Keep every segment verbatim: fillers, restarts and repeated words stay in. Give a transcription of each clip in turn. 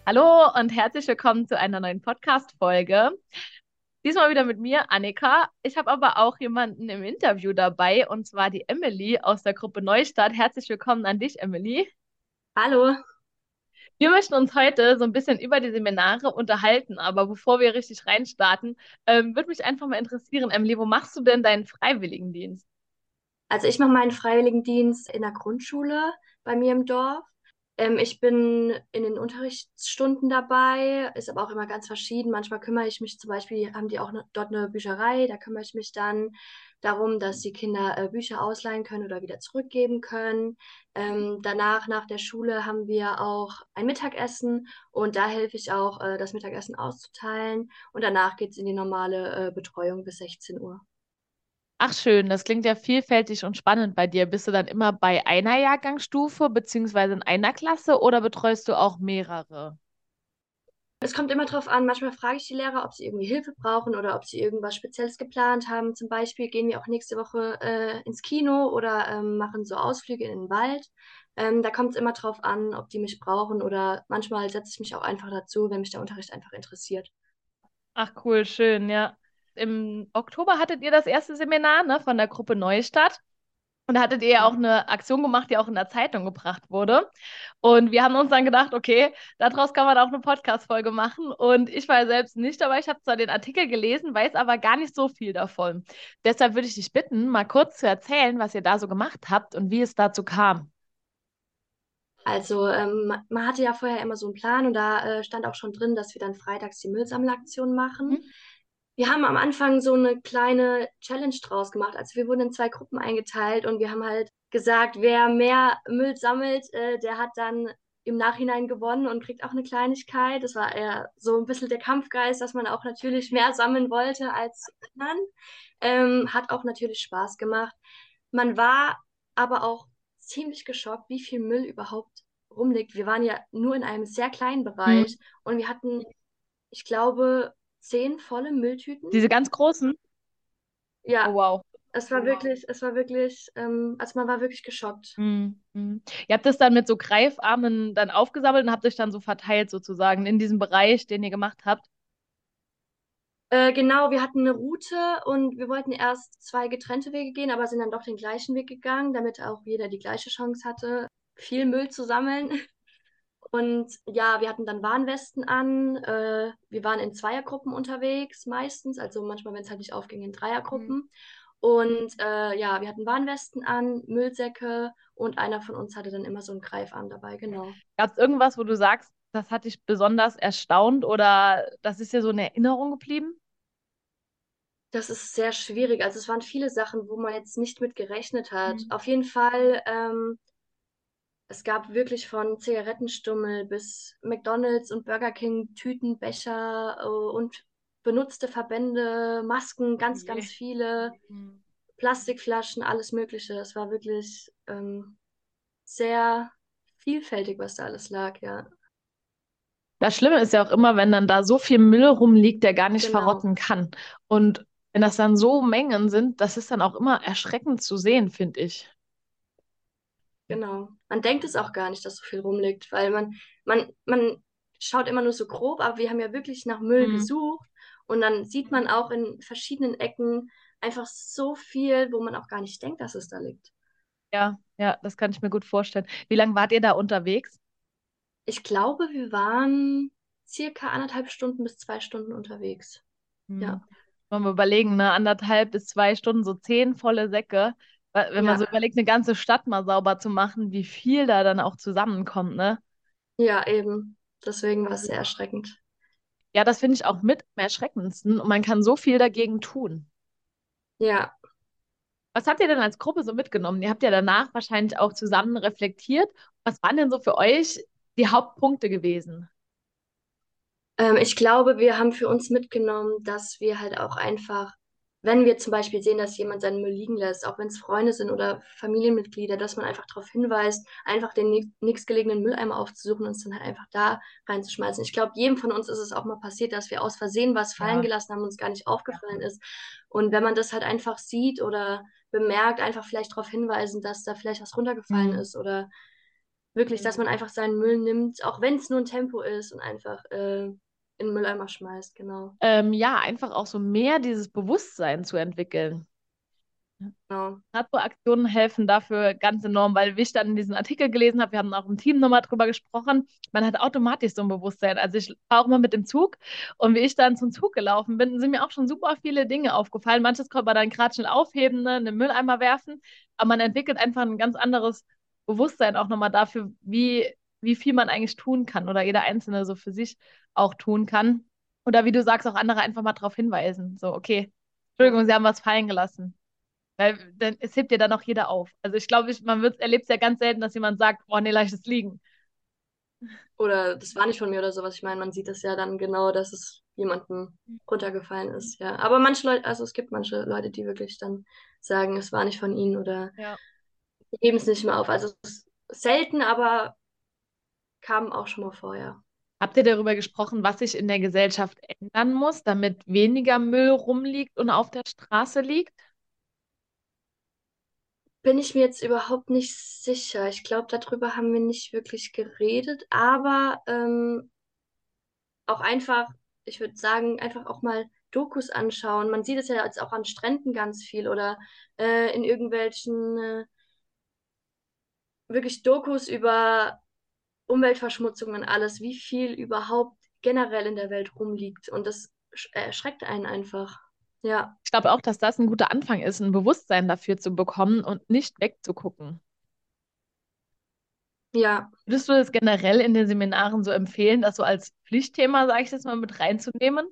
Hallo und herzlich willkommen zu einer neuen Podcast-Folge. Diesmal wieder mit mir, Annika. Ich habe aber auch jemanden im Interview dabei, und zwar die Emily aus der Gruppe Neustadt. Herzlich willkommen an dich, Emily. Hallo. Wir möchten uns heute so ein bisschen über die Seminare unterhalten, aber bevor wir richtig reinstarten, ähm, würde mich einfach mal interessieren, Emily, wo machst du denn deinen Freiwilligendienst? Also ich mache meinen Freiwilligendienst in der Grundschule bei mir im Dorf. Ähm, ich bin in den Unterrichtsstunden dabei, ist aber auch immer ganz verschieden. Manchmal kümmere ich mich zum Beispiel, haben die auch ne, dort eine Bücherei, da kümmere ich mich dann darum, dass die Kinder äh, Bücher ausleihen können oder wieder zurückgeben können. Ähm, danach, nach der Schule, haben wir auch ein Mittagessen und da helfe ich auch, äh, das Mittagessen auszuteilen. Und danach geht es in die normale äh, Betreuung bis sechzehn Uhr. Ach schön, das klingt ja vielfältig und spannend bei dir. Bist du dann immer bei einer Jahrgangsstufe beziehungsweise in einer Klasse oder betreust du auch mehrere? Es kommt immer drauf an. Manchmal frage ich die Lehrer, ob sie irgendwie Hilfe brauchen oder ob sie irgendwas Spezielles geplant haben. Zum Beispiel gehen wir auch nächste Woche äh, ins Kino oder ähm, machen so Ausflüge in den Wald. Ähm, da kommt es immer drauf an, ob die mich brauchen oder manchmal setze ich mich auch einfach dazu, wenn mich der Unterricht einfach interessiert. Ach cool, schön, ja. Im Oktober hattet ihr das erste Seminar, ne, von der Gruppe Neustadt. Und da hattet ihr ja auch eine Aktion gemacht, die auch in der Zeitung gebracht wurde. Und wir haben uns dann gedacht, okay, daraus kann man auch eine Podcast-Folge machen. Und ich war ja selbst nicht dabei. Ich habe zwar den Artikel gelesen, weiß aber gar nicht so viel davon. Deshalb würde ich dich bitten, mal kurz zu erzählen, was ihr da so gemacht habt und wie es dazu kam. Also ähm, ma- man hatte ja vorher immer so einen Plan und da äh, stand auch schon drin, dass wir dann freitags die Müllsammelaktion machen. Mhm. Wir haben am Anfang so eine kleine Challenge draus gemacht. Also wir wurden in zwei Gruppen eingeteilt und wir haben halt gesagt, wer mehr Müll sammelt, äh, der hat dann im Nachhinein gewonnen und kriegt auch eine Kleinigkeit. Das war eher so ein bisschen der Kampfgeist, dass man auch natürlich mehr sammeln wollte als die anderen. Ähm, hat auch natürlich Spaß gemacht. Man war aber auch ziemlich geschockt, wie viel Müll überhaupt rumliegt. Wir waren ja nur in einem sehr kleinen Mhm. Bereich und wir hatten, ich glaube, zehn volle Mülltüten. Diese ganz großen? Oh, Ja, wow. es war wirklich, es war wirklich, ähm, also man war wirklich geschockt. Mhm. Mhm. Ihr habt das dann mit so Greifarmen dann aufgesammelt und habt euch dann so verteilt sozusagen in diesem Bereich, den ihr gemacht habt. Äh, genau, wir hatten eine Route und wir wollten erst zwei getrennte Wege gehen, aber sind dann doch den gleichen Weg gegangen, damit auch jeder die gleiche Chance hatte, viel Müll zu sammeln. Und ja, wir hatten dann Warnwesten an. Äh, wir waren in Zweiergruppen unterwegs meistens, also manchmal, wenn es halt nicht aufging, in Mhm. Dreiergruppen. Und äh, ja, wir hatten Warnwesten an, Müllsäcke und einer von uns hatte dann immer so einen Greifarm dabei, genau. Gab es irgendwas, wo du sagst, das hat dich besonders erstaunt oder das ist dir so in Erinnerung geblieben? Das ist sehr schwierig. Also es waren viele Sachen, wo man jetzt nicht mit gerechnet hat. Mhm. Auf jeden Fall, ähm, es gab wirklich von Zigarettenstummel bis McDonald's und Burger King Tüten, Becher, äh, und benutzte Verbände, Masken, Oh ganz, je. ganz viele, Mhm. Plastikflaschen, alles Mögliche. Es war wirklich ähm, sehr vielfältig, was da alles lag, ja. Das Schlimme ist ja auch immer, wenn dann da so viel Müll rumliegt, der gar nicht Genau, verrotten kann. Und wenn das dann so Mengen sind, das ist dann auch immer erschreckend zu sehen, finde ich. genau. Man denkt es auch gar nicht, dass so viel rumliegt, weil man, man, man schaut immer nur so grob, aber wir haben ja wirklich nach Müll Mhm. gesucht und dann sieht man auch in verschiedenen Ecken einfach so viel, wo man auch gar nicht denkt, dass es da liegt. Ja, ja, das kann ich mir gut vorstellen. Wie lange wart ihr da unterwegs? Ich glaube, wir waren circa anderthalb Stunden bis zwei Stunden unterwegs. Ja, Hm. Wenn wir überlegen, ne, anderthalb bis zwei Stunden, so zehn volle Säcke. Weil- Wenn man so ja, überlegt, eine ganze Stadt mal sauber zu machen, wie viel da dann auch zusammenkommt, ne? ja, eben. Deswegen war es sehr erschreckend. Ja, das finde ich auch mit am erschreckendsten und man kann so viel dagegen tun. Ja, Was habt ihr denn als Gruppe so mitgenommen? Ihr habt ja danach wahrscheinlich auch zusammen reflektiert. Was waren denn so für euch die Hauptpunkte gewesen? ähm, ich glaube, wir haben für uns mitgenommen, dass wir halt auch einfach, wenn wir zum Beispiel sehen, dass jemand seinen Müll liegen lässt, auch wenn es Freunde sind oder Familienmitglieder, dass man einfach darauf hinweist, einfach den nächst- nächstgelegenen Mülleimer aufzusuchen und es dann halt einfach da reinzuschmeißen. Ich glaube, jedem von uns ist es auch mal passiert, dass wir aus Versehen was fallen Ja. gelassen haben und uns gar nicht aufgefallen ist. Und wenn man das halt einfach sieht oder bemerkt, einfach vielleicht darauf hinweisen, dass da vielleicht was runtergefallen Hm. ist oder Wirklich, dass man einfach seinen Müll nimmt, auch wenn es nur ein Tempo ist und einfach äh, in den Mülleimer schmeißt, genau. Ähm, ja, einfach auch so mehr dieses Bewusstsein zu entwickeln. Genau. Gerade so Aktionen helfen dafür ganz enorm, weil wie ich dann diesen Artikel gelesen habe, wir haben auch im Team nochmal drüber gesprochen, man hat automatisch so ein Bewusstsein. Also ich fahre auch immer mit dem Zug und wie ich dann zum Zug gelaufen bin, sind mir auch schon super viele Dinge aufgefallen. Manches konnte man dann gerade schnell aufheben, ne, in den Mülleimer werfen, aber man entwickelt einfach ein ganz anderes Bewusstsein auch nochmal dafür, wie, wie viel man eigentlich tun kann oder jeder Einzelne so für sich auch tun kann. Oder wie du sagst, auch andere einfach mal darauf hinweisen. So, okay, Ja. Entschuldigung, Sie haben was fallen gelassen. Weil dann, es hebt ja dann auch jeder auf. Also ich glaube, ich, man wird, erlebt es ja ganz selten, dass jemand sagt, oh nee, lass es liegen. Oder das war nicht von mir oder sowas. Ich meine, man sieht das ja dann genau, dass es jemandem runtergefallen ist, ja. Aber manche Leute, also es gibt manche Leute, die wirklich dann sagen, es war nicht von ihnen oder Ja. die heben es nicht mehr auf. Also es ist selten, aber kam auch schon mal vor, ja. Habt ihr darüber gesprochen, was sich in der Gesellschaft ändern muss, damit weniger Müll rumliegt und auf der Straße liegt? Bin ich mir jetzt überhaupt nicht sicher. Ich glaube, darüber haben wir nicht wirklich geredet, aber ähm, auch einfach, ich würde sagen, einfach auch mal Dokus anschauen. Man sieht es ja jetzt auch an Stränden ganz viel oder äh, in irgendwelchen äh, wirklich Dokus über Umweltverschmutzung und alles, wie viel überhaupt generell in der Welt rumliegt. Und das sch- erschreckt einen einfach. Ja, Ich glaube auch, dass das ein guter Anfang ist, ein Bewusstsein dafür zu bekommen und nicht wegzugucken. ja. Würdest du das generell in den Seminaren so empfehlen, das so als Pflichtthema, sage ich jetzt mal, mit reinzunehmen?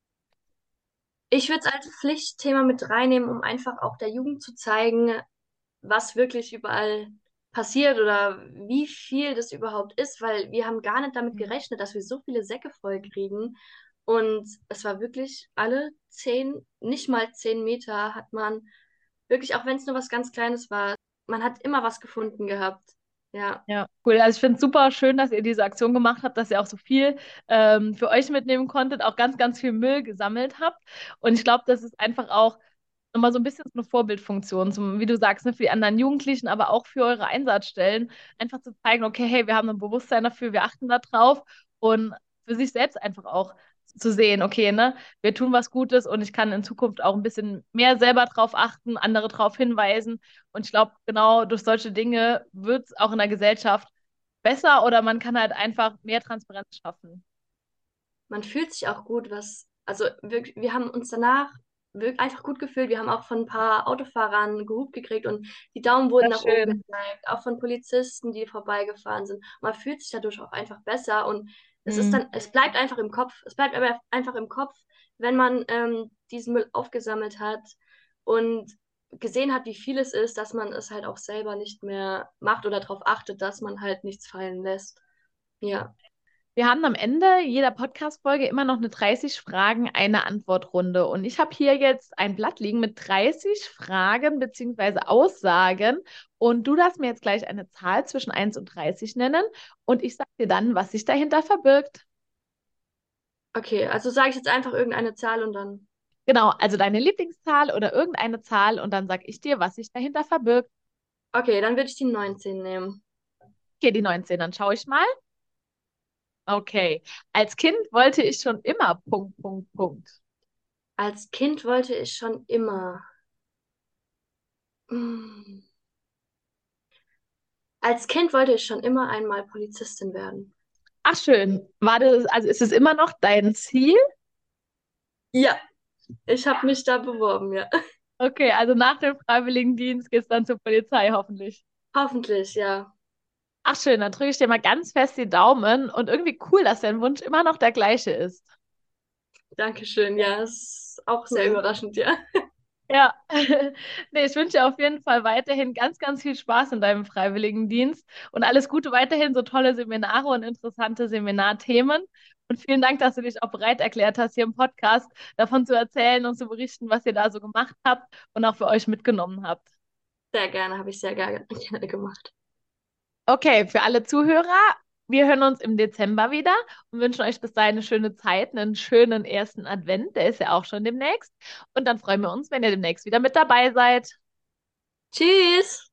Ich würde es als Pflichtthema mit reinnehmen, um einfach auch der Jugend zu zeigen, was wirklich überall passiert oder wie viel das überhaupt ist, weil wir haben gar nicht damit Mhm. gerechnet, dass wir so viele Säcke voll kriegen. Und es war wirklich alle zehn, nicht mal zehn Meter hat man wirklich, auch wenn es nur was ganz Kleines war, man hat immer was gefunden gehabt. Ja, Ja, cool. Also ich finde es super schön, dass ihr diese Aktion gemacht habt, dass ihr auch so viel ähm, für euch mitnehmen konntet, auch ganz, ganz viel Müll gesammelt habt. Und ich glaube, das ist einfach auch nochmal so ein bisschen so eine Vorbildfunktion, zum, wie du sagst, ne, für die anderen Jugendlichen, aber auch für eure Einsatzstellen, einfach zu zeigen, okay, hey, wir haben ein Bewusstsein dafür, wir achten da drauf und für sich selbst einfach auch zu sehen, okay, ne, wir tun was Gutes und ich kann in Zukunft auch ein bisschen mehr selber drauf achten, andere drauf hinweisen. Und ich glaube, genau durch solche Dinge wird es auch in der Gesellschaft besser oder man kann halt einfach mehr Transparenz schaffen. man fühlt sich auch gut, was, also wirklich, wir haben uns danach wirklich einfach gut gefühlt. Wir haben auch von ein paar Autofahrern gehupt gekriegt und die Daumen wurden Ja, nach oben schön. gezeigt, auch von Polizisten, die vorbeigefahren sind. Man fühlt sich dadurch auch einfach besser und es ist Hm. dann, es bleibt einfach im Kopf. Es bleibt aber einfach im Kopf, wenn man ähm, diesen Müll aufgesammelt hat und gesehen hat, wie viel es ist, dass man es halt auch selber nicht mehr macht oder darauf achtet, dass man halt nichts fallen lässt. Ja. Wir haben am Ende jeder Podcast-Folge immer noch eine dreißig Fragen, eine Antwortrunde. Und ich habe hier jetzt ein Blatt liegen mit dreißig Fragen beziehungsweise Aussagen. Und du darfst mir jetzt gleich eine Zahl zwischen eins und dreißig nennen. Und ich sage dir dann, was sich dahinter verbirgt. Okay, also sage ich jetzt einfach irgendeine Zahl und dann. Genau, also deine Lieblingszahl oder irgendeine Zahl. Und dann sage ich dir, was sich dahinter verbirgt. Okay, dann würde ich die neunzehn nehmen. Okay, die neunzehn, dann schaue ich mal. Okay. Als Kind wollte ich schon immer Punkt, Punkt, Punkt. Als Kind wollte ich schon immer. Mm. Als Kind wollte ich schon immer einmal Polizistin werden. Ach schön. War das, also ist es immer noch dein Ziel? Ja, ich habe mich da beworben, ja. Okay, also nach dem Freiwilligendienst geht's dann zur Polizei hoffentlich. Hoffentlich, ja. Ach schön, dann drücke ich dir mal ganz fest die Daumen und irgendwie cool, dass dein Wunsch immer noch der gleiche ist. Dankeschön, ja. Ist auch sehr Cool. überraschend, ja. Ja, nee, ich wünsche dir auf jeden Fall weiterhin ganz, ganz viel Spaß in deinem Freiwilligendienst und alles Gute weiterhin, so tolle Seminare und interessante Seminarthemen. Und vielen Dank, dass du dich auch bereit erklärt hast, hier im Podcast davon zu erzählen und zu berichten, was ihr da so gemacht habt und auch für euch mitgenommen habt. Sehr gerne, habe ich sehr gerne, gerne gemacht. Okay, für alle Zuhörer, wir hören uns im Dezember wieder und wünschen euch bis dahin eine schöne Zeit, einen schönen ersten Advent, der ist ja auch schon demnächst. Und dann freuen wir uns, wenn ihr demnächst wieder mit dabei seid. Tschüss!